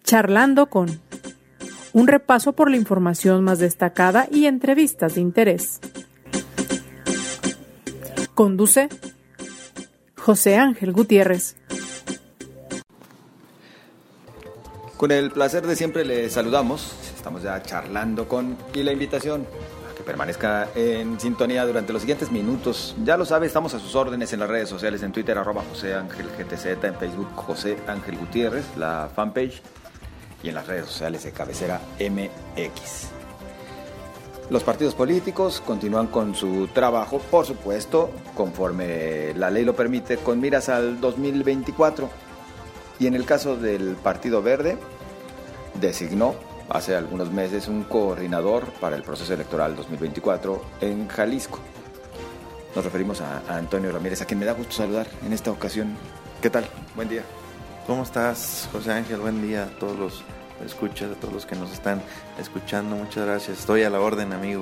Charlando con un repaso por la información más destacada y entrevistas de interés. Conduce José Ángel Gutiérrez. Con el placer de siempre le saludamos. Estamos ya charlando con y la invitación a que permanezca en sintonía durante los siguientes minutos. Ya lo sabe, estamos a sus órdenes en las redes sociales, en Twitter, @JoséAngelGTZ, en Facebook, José Ángel Gutiérrez, la fanpage, y en las redes sociales de Cabecera MX. Los partidos políticos continúan con su trabajo, por supuesto, conforme la ley lo permite, con miras al 2024. Y en el caso del Partido Verde, designó hace algunos meses un coordinador para el proceso electoral 2024 en Jalisco. Nos referimos a Antonio Ramírez, a quien me da gusto saludar en esta ocasión. ¿Qué tal? Buen día. ¿Cómo estás, José Ángel? Buen día a todos los escuchas, a todos los que nos están escuchando. Muchas gracias. Estoy a la orden, amigo.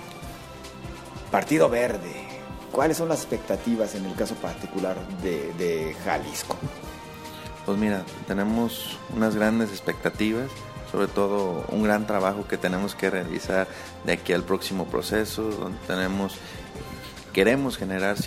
Partido Verde. ¿Cuáles son las expectativas en el caso particular de Jalisco? Pues mira, tenemos unas grandes expectativas, sobre todo un gran trabajo que tenemos que realizar de aquí al próximo proceso, donde queremos generar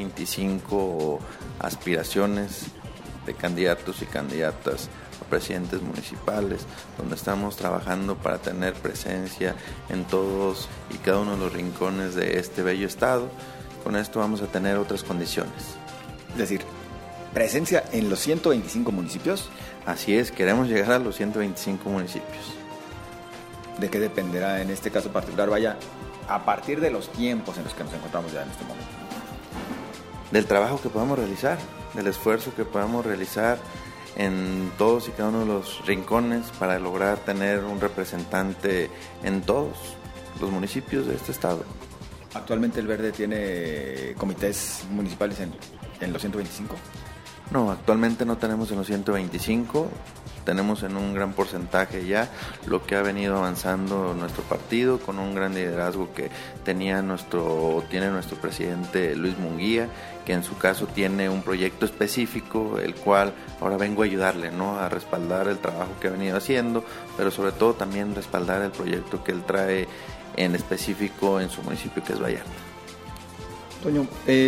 125 aspiraciones de candidatos y candidatas a presidentes municipales, donde estamos trabajando para tener presencia en todos y cada uno de los rincones de este bello estado. Con esto vamos a tener otras condiciones. Es decir, presencia en los 125 municipios. Así es, queremos llegar a los 125 municipios. ¿De qué dependerá en este caso particular? Vaya, a partir de los tiempos en los que nos encontramos ya en este momento. Del trabajo que podamos realizar, del esfuerzo que podamos realizar en todos y cada uno de los rincones para lograr tener un representante en todos los municipios de este estado. ¿Actualmente el Verde tiene comités municipales en los 125? No, actualmente no tenemos en los 125, tenemos en un gran porcentaje ya lo que ha venido avanzando nuestro partido con un gran liderazgo que tiene nuestro presidente Luis Munguía, que en su caso tiene un proyecto específico, el cual ahora vengo a ayudarle, ¿no?, a respaldar el trabajo que ha venido haciendo, pero sobre todo también respaldar el proyecto que él trae en específico en su municipio, que es Vallarta. Toño,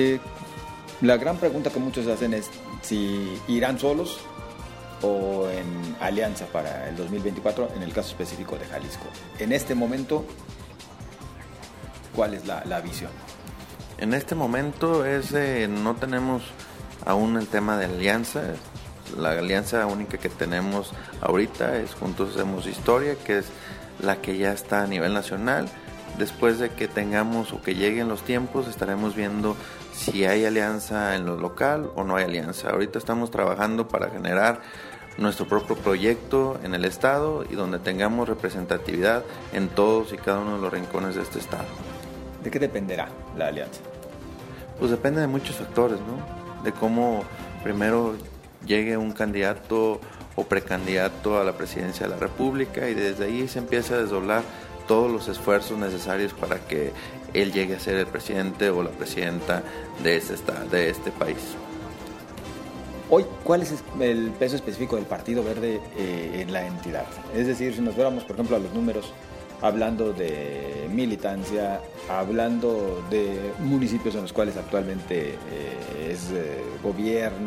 la gran pregunta que muchos hacen es si irán solos o en alianza para el 2024, en el caso específico de Jalisco. En este momento, ¿cuál es la visión? En este momento no tenemos aún el tema de alianza. La alianza única que tenemos ahorita es Juntos Hacemos Historia, que es la que ya está a nivel nacional. Después de que tengamos o que lleguen los tiempos, estaremos viendo si hay alianza en lo local o no hay alianza. Ahorita estamos trabajando para generar nuestro propio proyecto en el estado y donde tengamos representatividad en todos y cada uno de los rincones de este estado. ¿De qué dependerá la alianza? Pues depende de muchos factores, ¿no? De cómo primero llegue un candidato o precandidato a la presidencia de la República y desde ahí se empieza a desdoblar todos los esfuerzos necesarios para que él llegue a ser el presidente o la presidenta de este país. Hoy, ¿cuál es el peso específico del Partido Verde en la entidad? Es decir, si nos fuéramos, por ejemplo, a los números, hablando de militancia, hablando de municipios en los cuales actualmente es gobierno,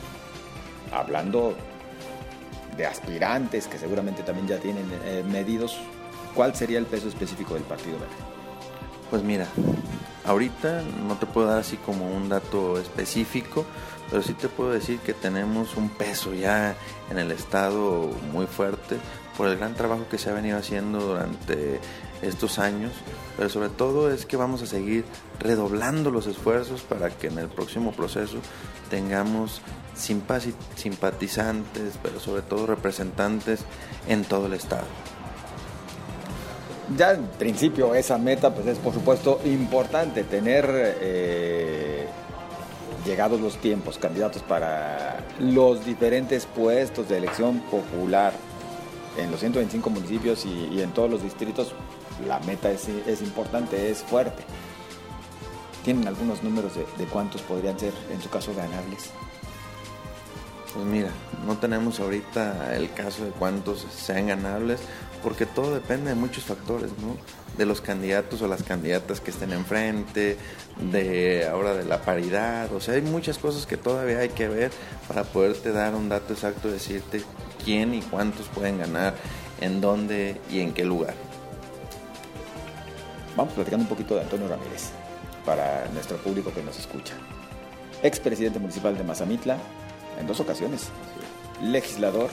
hablando de aspirantes que seguramente también ya tienen medidos, ¿cuál sería el peso específico del Partido Verde? Pues mira, ahorita no te puedo dar así como un dato específico, pero sí te puedo decir que tenemos un peso ya en el estado muy fuerte por el gran trabajo que se ha venido haciendo durante estos años, pero sobre todo es que vamos a seguir redoblando los esfuerzos para que en el próximo proceso tengamos simpatizantes, pero sobre todo representantes en todo el estado. Ya en principio esa meta pues es por supuesto importante, tener llegados los tiempos, candidatos para los diferentes puestos de elección popular en los 125 municipios y en todos los distritos. La meta es importante, es fuerte. ¿Tienen algunos números de cuántos podrían ser, en su caso, ganables? Pues mira, no tenemos ahorita el caso de cuántos sean ganables, porque todo depende de muchos factores, ¿no? De los candidatos o las candidatas que estén enfrente, de ahora de la paridad, o sea, hay muchas cosas que todavía hay que ver para poderte dar un dato exacto, decirte quién y cuántos pueden ganar, en dónde y en qué lugar. Vamos platicando un poquito de Antonio Ramírez, para nuestro público que nos escucha. Expresidente municipal de Mazamitla, en 2 ocasiones, legislador.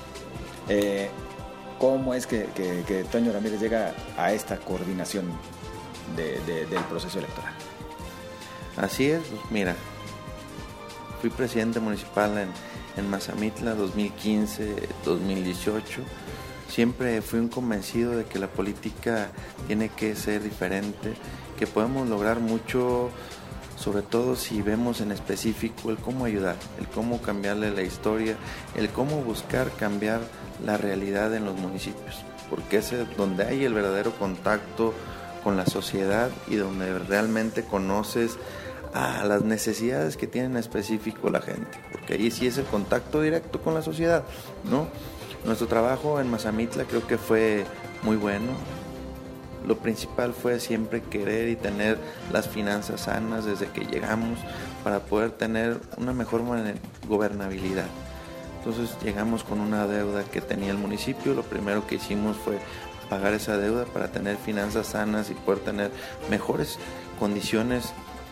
¿Cómo es que Toño Ramírez llega a esta coordinación del proceso electoral? Así es, pues mira, fui presidente municipal en Mazamitla 2015, 2018. Siempre fui un convencido de que la política tiene que ser diferente, que podemos lograr mucho, sobre todo si vemos en específico el cómo ayudar, el cómo cambiarle la historia, el cómo buscar cambiar la realidad en los municipios, porque es donde hay el verdadero contacto con la sociedad y donde realmente conoces a las necesidades que tiene en específico la gente, porque ahí sí es el contacto directo con la sociedad, ¿no? Nuestro trabajo en Mazamitla creo que fue muy bueno. Lo principal fue siempre querer y tener las finanzas sanas desde que llegamos para poder tener una mejor gobernabilidad. Entonces llegamos con una deuda que tenía el municipio. Lo primero que hicimos fue pagar esa deuda para tener finanzas sanas y poder tener mejores condiciones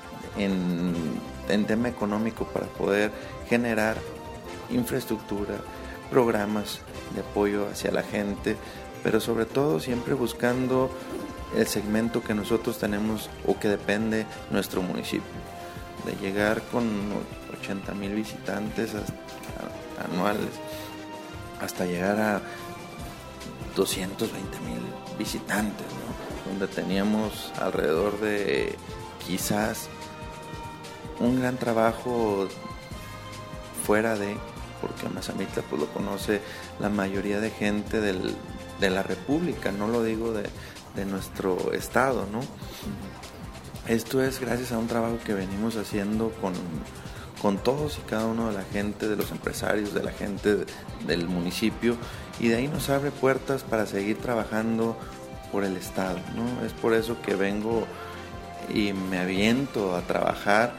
en tema económico para poder generar infraestructura, programas de apoyo hacia la gente, pero sobre todo siempre buscando el segmento que nosotros tenemos o que depende nuestro municipio, de llegar con 80,000 visitantes anuales hasta llegar a 220,000 visitantes, ¿no? Donde teníamos alrededor de quizás un gran trabajo fuera de, porque Mazamitla pues lo conoce la mayoría de gente de la República, no lo digo de nuestro estado, ¿no? Esto es gracias a un trabajo que venimos haciendo con todos y cada uno de la gente, de los empresarios, de la gente del municipio, y de ahí nos abre puertas para seguir trabajando por el estado, ¿no? Es por eso que vengo y me aviento a trabajar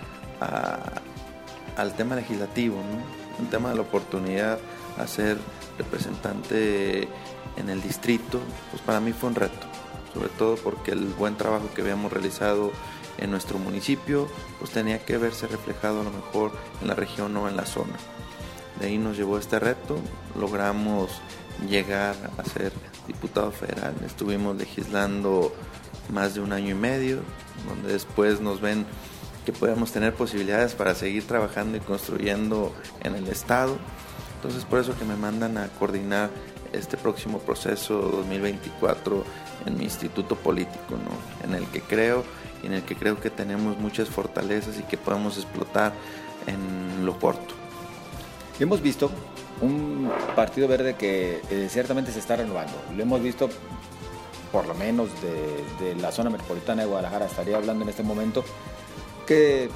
al tema legislativo, ¿no? Un tema de la oportunidad a ser representante en el distrito, pues para mí fue un reto, sobre todo porque el buen trabajo que habíamos realizado en nuestro municipio pues tenía que verse reflejado a lo mejor en la región o en la zona. De ahí nos llevó este reto, logramos llegar a ser diputado federal, estuvimos legislando más de 1 año y medio, donde después nos ven que podamos tener posibilidades para seguir trabajando y construyendo en el estado. Entonces por eso que me mandan a coordinar este próximo proceso 2024 en mi instituto político, ¿no? En el que creo y en el que creo que tenemos muchas fortalezas y que podemos explotar en lo corto. Hemos visto un Partido Verde que ciertamente se está renovando. Lo hemos visto por lo menos de la zona metropolitana de Guadalajara, estaría hablando en este momento, que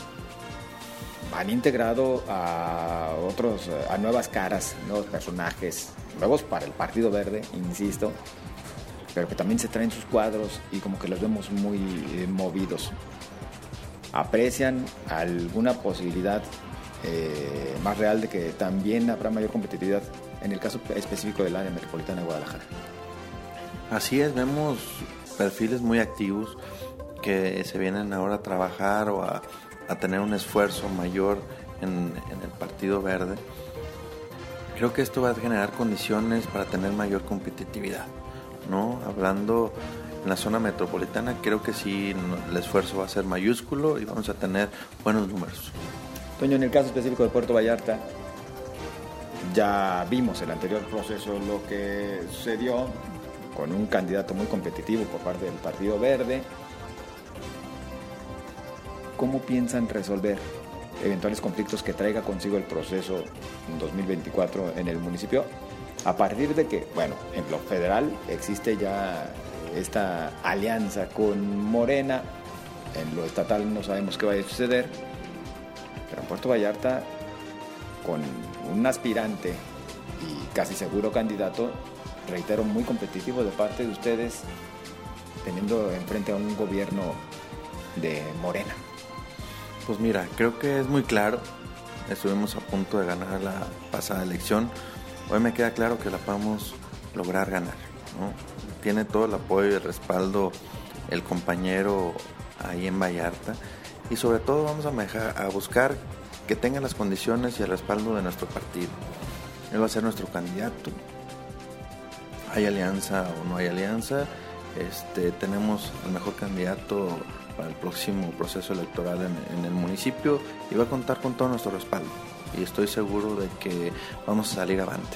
han integrado a nuevas caras, nuevos personajes, nuevos para el Partido Verde, insisto, pero que también se traen sus cuadros y como que los vemos muy movidos. ¿Aprecian alguna posibilidad más real de que también habrá mayor competitividad en el caso específico del área metropolitana de Guadalajara? Así es, vemos perfiles muy activos que se vienen ahora a trabajar o a tener un esfuerzo mayor en el Partido Verde. Creo que esto va a generar condiciones para tener mayor competitividad, ¿no? Hablando en la zona metropolitana, creo que sí, el esfuerzo va a ser mayúsculo y vamos a tener buenos números. Toño, en el caso específico de Puerto Vallarta, ya vimos el anterior proceso, lo que sucedió con un candidato muy competitivo por parte del Partido Verde. ¿Cómo piensan resolver eventuales conflictos que traiga consigo el proceso en 2024 en el municipio? A partir de que, bueno, en lo federal existe ya esta alianza con Morena, en lo estatal no sabemos qué va a suceder, pero en Puerto Vallarta, con un aspirante y casi seguro candidato, reitero, muy competitivo de parte de ustedes, teniendo enfrente a un gobierno de Morena. Pues mira, creo que es muy claro. Estuvimos a punto de ganar la pasada elección. Hoy me queda claro que la podemos lograr ganar, ¿no? Tiene todo el apoyo y el respaldo el compañero ahí en Vallarta, y sobre todo vamos a buscar que tenga las condiciones y el respaldo de nuestro partido. Él va a ser nuestro candidato. Hay alianza o no hay alianza, tenemos el mejor candidato para el próximo proceso electoral en el municipio, y va a contar con todo nuestro respaldo, y estoy seguro de que vamos a salir avantes.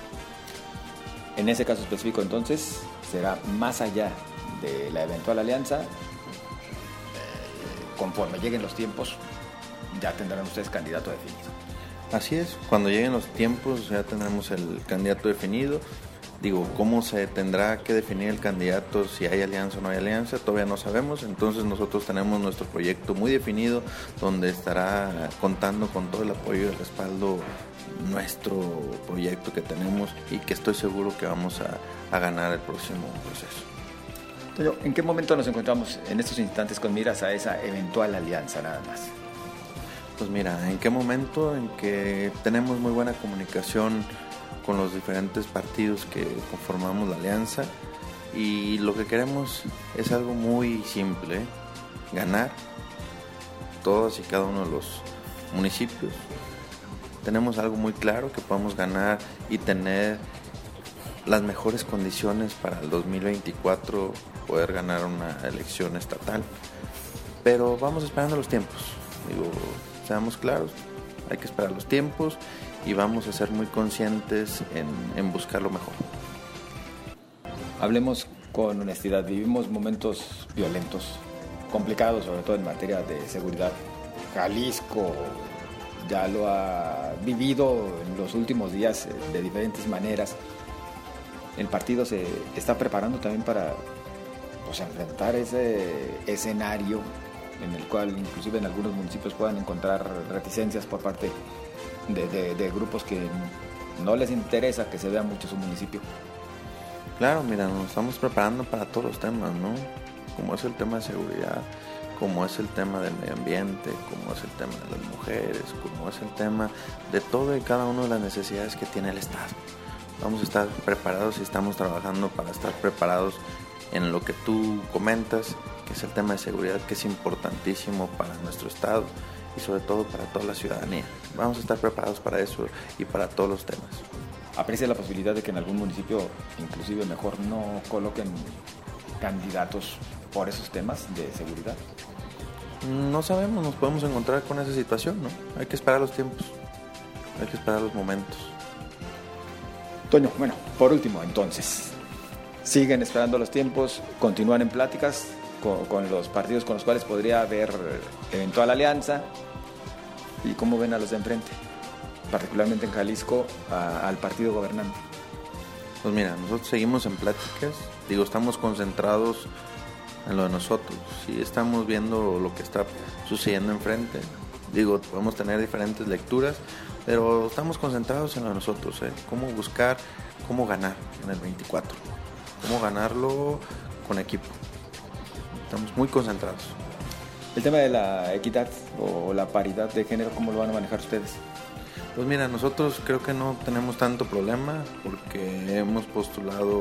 En ese caso específico, entonces, será más allá de la eventual alianza. Conforme lleguen los tiempos, ya tendrán ustedes candidato definido. Así es, cuando lleguen los tiempos ya tendremos el candidato definido. Digo, ¿cómo se tendrá que definir el candidato? Si hay alianza o no hay alianza, todavía no sabemos. Entonces nosotros tenemos nuestro proyecto muy definido, donde estará contando con todo el apoyo y el respaldo nuestro proyecto que tenemos, y que estoy seguro que vamos a ganar el próximo proceso. ¿En qué momento nos encontramos en estos instantes con miras a esa eventual alianza nada más? Pues mira, ¿en qué momento? En que tenemos muy buena comunicación con los diferentes partidos que conformamos la alianza, y lo que queremos es algo muy simple: ganar todos y cada uno de los municipios. Tenemos algo muy claro, que podemos ganar y tener las mejores condiciones para el 2024 poder ganar una elección estatal, pero vamos esperando los tiempos. Digo, seamos claros, hay que esperar los tiempos y vamos a ser muy conscientes en buscar lo mejor. Hablemos con honestidad. Vivimos momentos violentos, complicados, sobre todo en materia de seguridad. Jalisco ya lo ha vivido en los últimos días de diferentes maneras. El partido se está preparando también para enfrentar ese escenario en el cual inclusive en algunos municipios puedan encontrar reticencias por parte de grupos que no les interesa que se vea mucho su municipio. Claro, mira, nos estamos preparando para todos los temas, ¿no? Como es el tema de seguridad, como es el tema del medio ambiente, como es el tema de las mujeres, como es el tema de todo y cada una de las necesidades que tiene el Estado. Vamos a estar preparados y estamos trabajando para estar preparados en lo que tú comentas, que es el tema de seguridad, que es importantísimo para nuestro Estado y sobre todo para toda la ciudadanía. Vamos a estar preparados para eso y para todos los temas. ¿Aprecia la posibilidad de que en algún municipio inclusive mejor no coloquen candidatos por esos temas de seguridad? No sabemos, nos podemos encontrar con esa situación, ¿no? Hay que esperar los tiempos, hay que esperar los momentos. Toño, bueno, por último entonces, ¿siguen esperando los tiempos? ¿Continúan en pláticas con los partidos con los cuales podría haber eventual alianza? ¿Y cómo ven a los de enfrente? Particularmente en Jalisco, al partido gobernante. Pues mira, nosotros seguimos en pláticas, estamos concentrados en lo de nosotros, sí estamos viendo lo que está sucediendo enfrente, podemos tener diferentes lecturas, pero estamos concentrados en lo de nosotros, cómo buscar, cómo ganar en el 24, cómo ganarlo con equipo, estamos muy concentrados. El tema de la equidad o la paridad de género, ¿cómo lo van a manejar ustedes? Pues mira, nosotros creo que no tenemos tanto problema porque hemos postulado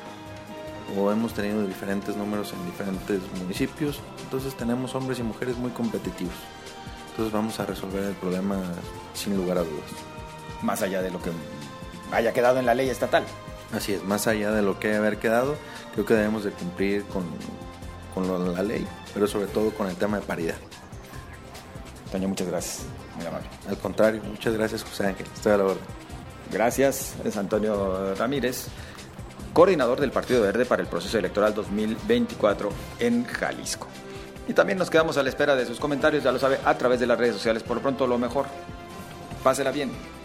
o hemos tenido diferentes números en diferentes municipios, entonces tenemos hombres y mujeres muy competitivos, entonces vamos a resolver el problema sin lugar a dudas. Más allá de lo que haya quedado en la ley estatal. Así es, más allá de lo que haber quedado, creo que debemos de cumplir con la ley, pero sobre todo con el tema de paridad. Toño, muchas gracias, muy amable. Al contrario, muchas gracias, José Ángel, estoy a la orden. Gracias, es Antonio Ramírez, coordinador del Partido Verde para el proceso electoral 2024 en Jalisco. Y también nos quedamos a la espera de sus comentarios, ya lo sabe, a través de las redes sociales. Por lo pronto, lo mejor, pásela bien.